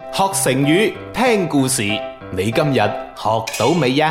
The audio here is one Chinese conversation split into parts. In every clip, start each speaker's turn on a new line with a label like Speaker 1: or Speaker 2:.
Speaker 1: 學成語，聽故事，你今日學到未呀？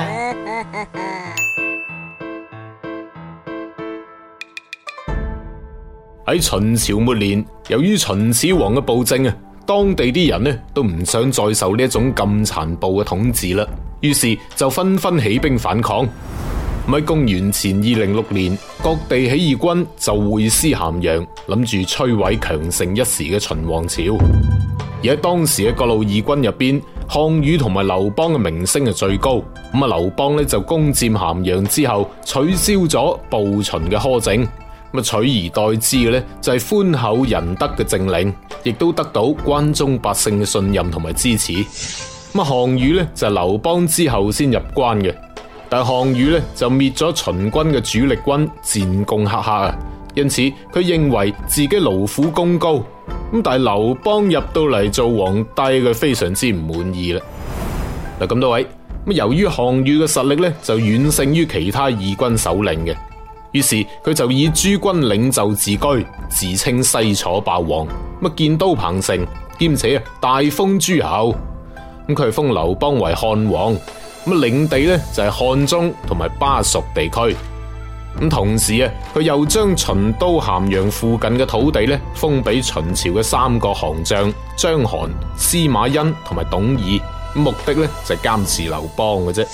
Speaker 1: 喺秦朝末年，由於秦始皇嘅暴政啊，當地啲人呢都唔想再受呢一種咁殘暴嘅統治啦，於是就紛紛起兵反抗。喺公元前206年，各地起義軍就會師咸陽，諗住摧毀強盛一時嘅秦王朝。而喺當時嘅各路義軍入邊，項羽同埋劉邦嘅名聲係最高。劉邦呢就攻佔咸陽之後，取消咗暴秦嘅苛政，取而代之嘅呢就係寬厚仁德嘅政令，亦都得到關中百姓嘅信任同埋支持。項羽呢就係劉邦之後先入關嘅。但項羽咧就滅咗秦軍嘅主力軍，戰功赫赫啊！因此佢認為自己勞苦功高，但係劉邦入到嚟做皇帝，佢非常之唔滿意啦。嗱，咁多位，由於項羽嘅實力咧就遠勝於其他義軍首領嘅，於是佢就以諸軍領袖自居，自稱西楚霸王，建都鵬城，兼且大封諸侯。佢係封劉邦為漢王。領地咧就係漢中同埋巴蜀地區，同時啊，佢又將秦都咸陽附近嘅土地咧封俾秦朝嘅3個降將章邯、司馬欣同埋董瑗，目的咧就係監視劉邦嘅啫。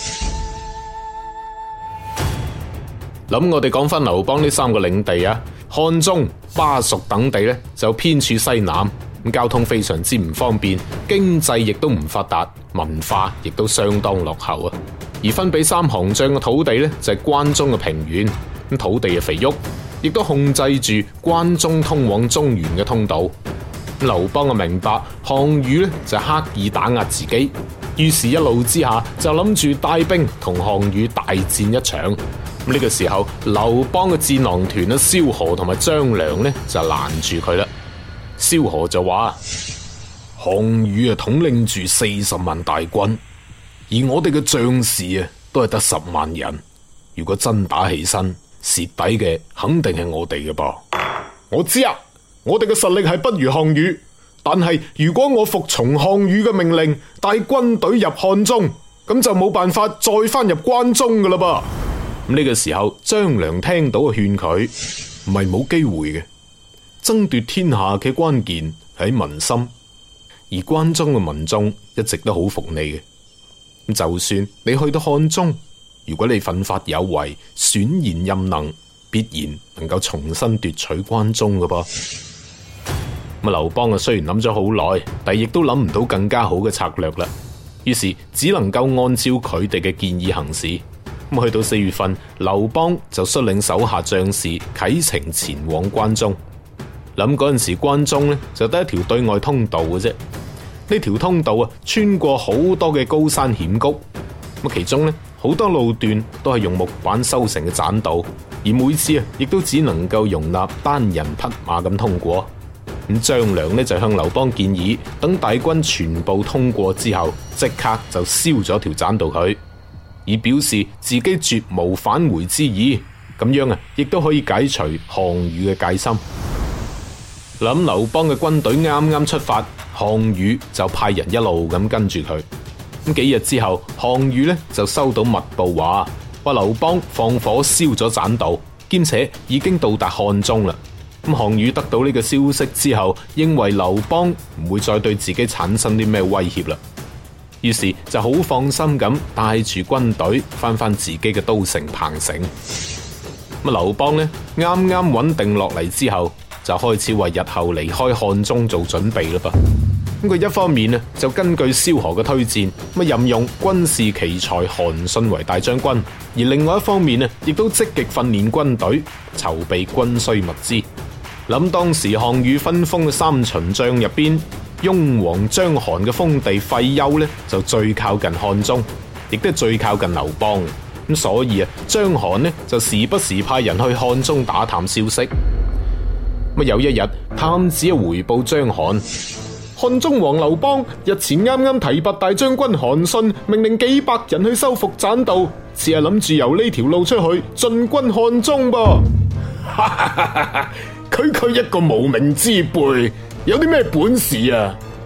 Speaker 1: 咁我哋講翻劉邦呢3個領地啊，漢中、巴蜀等地咧就偏處西南。交通非常之唔方便，經濟亦都唔發達，文化亦都相當落後啊。而分俾3降將嘅土地呢，就係關中嘅平原，土地嘅肥沃，亦都控制住關中通往中原嘅通道。劉邦啊明白項羽呢就刻意打壓自己，於是一怒之下就諗住帶兵同項羽大戰一場。呢個時候，劉邦嘅智囊團啊，蕭何同埋張良呢就攔住佢啦。蕭何就話：項羽啊統領住40萬大軍，而我哋嘅將士啊都係得10萬人。如果真打起身，蝕底嘅肯定係我哋嘅噃。我知啊，我哋嘅實力係不如項羽，但係如果我服從項羽嘅命令，帶軍隊入漢中，咁就冇辦法再翻入關中噶啦噃。呢個時候，張良聽到就勸佢：唔係冇機會嘅。爭奪天下嘅關鍵喺民心，而關中嘅民眾一直都好服你嘅。就算你去到漢中，如果你奮發有為、選賢任能，必然能夠重新奪取關中嘅噃。劉邦啊，雖然諗咗好耐，但亦都諗唔到更加好嘅策略啦。於是只能夠按照佢哋嘅建議行事。去到4月份，劉邦就率領手下將士啟程前往關中。諗嗰陣時關中咧就得一條對外通道嘅啫，呢條通道啊穿過好多嘅高山險谷，其中咧好多路段都係用木板修成嘅棧道，而每次啊亦都只能夠容納單人匹馬咁通過。張良呢就向劉邦建議，等大軍全部通過之後，即刻就燒咗條棧道佢，以表示自己絕無返回之意。咁樣啊亦都可以解除項羽嘅戒心。諗劉邦嘅軍隊啱啱出發，項羽就派人一路咁跟住佢。幾日之後，項羽呢就收到密報話劉邦放火燒咗棧道，兼且已經到達漢中啦。項羽得到呢個消息之後，認為劉邦唔會再對自己產生啲咩威脅啦，於是就好放心咁帶住軍隊翻自己嘅都城彭城。劉邦呢啱啱穩定落嚟之後，就開始為日後離開漢中做準備啦噃。佢一方面就根據蕭何嘅推薦，任用軍事奇才韓信為大將軍，而另外一方面亦都積極訓練軍隊，籌備軍需物資。諗當時項羽分封嘅3秦將入邊，雍王章邯嘅封地費丘就最靠近漢中，亦都最靠近劉邦。所以章邯就時不時派人去漢中打探消息。有一日，探子回報章邯，漢中王劉邦日前啱啱提拔大將軍韓信，命令幾百人去收復棧道，只係諗住由呢條路出去進軍漢中噃。
Speaker 2: 區區一個無名之輩，有啲咩本事啊？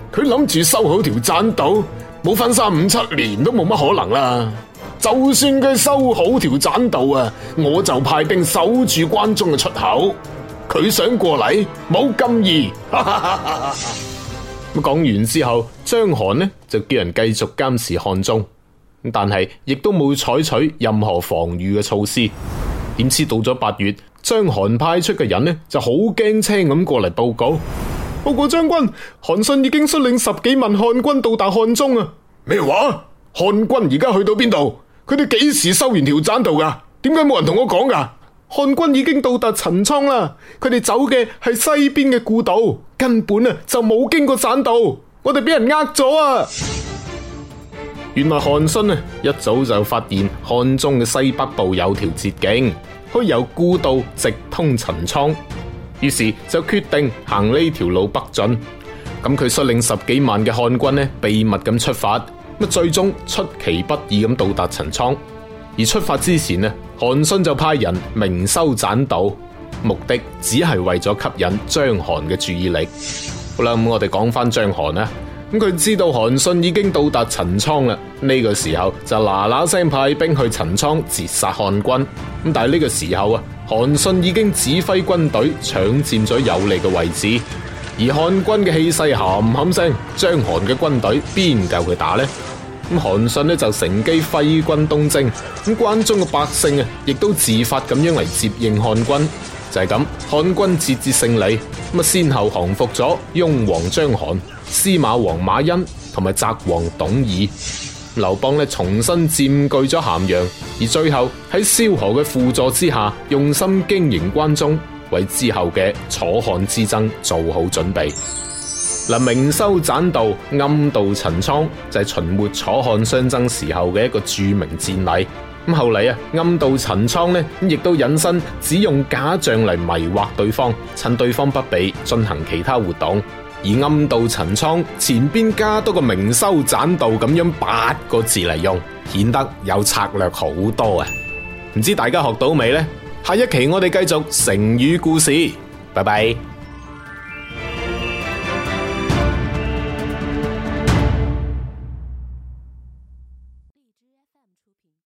Speaker 2: 佢諗住修好條棧道，冇分3-5-7年都冇乜可能啦。就算佢修好條棧道啊，我就派兵守住關中嘅出口。佢想過嚟，冇咁易。
Speaker 1: 咁講完之後，章邯呢就叫人繼續監視漢中，但係亦都冇採取任何防禦嘅措施。點知到咗8月，章邯派出嘅人呢就好驚青咁過嚟報告。報告將軍，韓信已經率領10幾萬漢軍到達漢中啊！
Speaker 2: 咩話？漢軍而家去到邊度？佢哋幾時修完條棧道噶？點解冇人同我講噶？
Speaker 1: 漢軍已經到達陳倉啦，佢哋走嘅係西邊嘅故道，根本就冇經過棧道，我哋俾人呃咗啊！原來韓信一早就發現漢中嘅西北部有條捷徑，可以由故道直通陳倉，於是就決定行呢條路北進。咁佢率領10幾萬嘅漢軍秘密咁出發，最終出其不意咁到達陳倉。而出發之前韓信就派人明修棧道，目的只係為咗吸引章邯嘅注意力。好啦，咁我哋講翻章邯啦。咁佢知道韓信已經到達陳倉啦，呢個時候就嗱聲派兵去陳倉截殺漢軍。咁但係呢個時候韓信已經指揮軍隊搶佔咗有利嘅位置，而漢軍嘅氣勢冚冚聲，章邯嘅軍隊邊夠佢打呢？咁韓信就乘機揮軍東征，咁關中嘅百姓亦都自發咁樣嚟接應漢軍，就係咁，漢軍節節勝利，先後降服咗雍王章邯、司馬王馬殷同埋澤王董瑗。劉邦重新佔據咗咸陽，而最後喺蕭何嘅輔助之下，用心經營關中，為之後嘅楚漢之爭做好準備。明修棧道，暗度陳倉，就係秦末楚漢相爭時候嘅一個著名戰例。咁後嚟暗度陳倉亦都引申只用假象嚟迷惑對方，趁對方不備進行其他活動。而暗度陳倉前邊加多個明修棧道咁樣8個字嚟用，顯得有策略好多啊！唔知大家學到未呢？下一期我哋繼續成語故事，拜拜。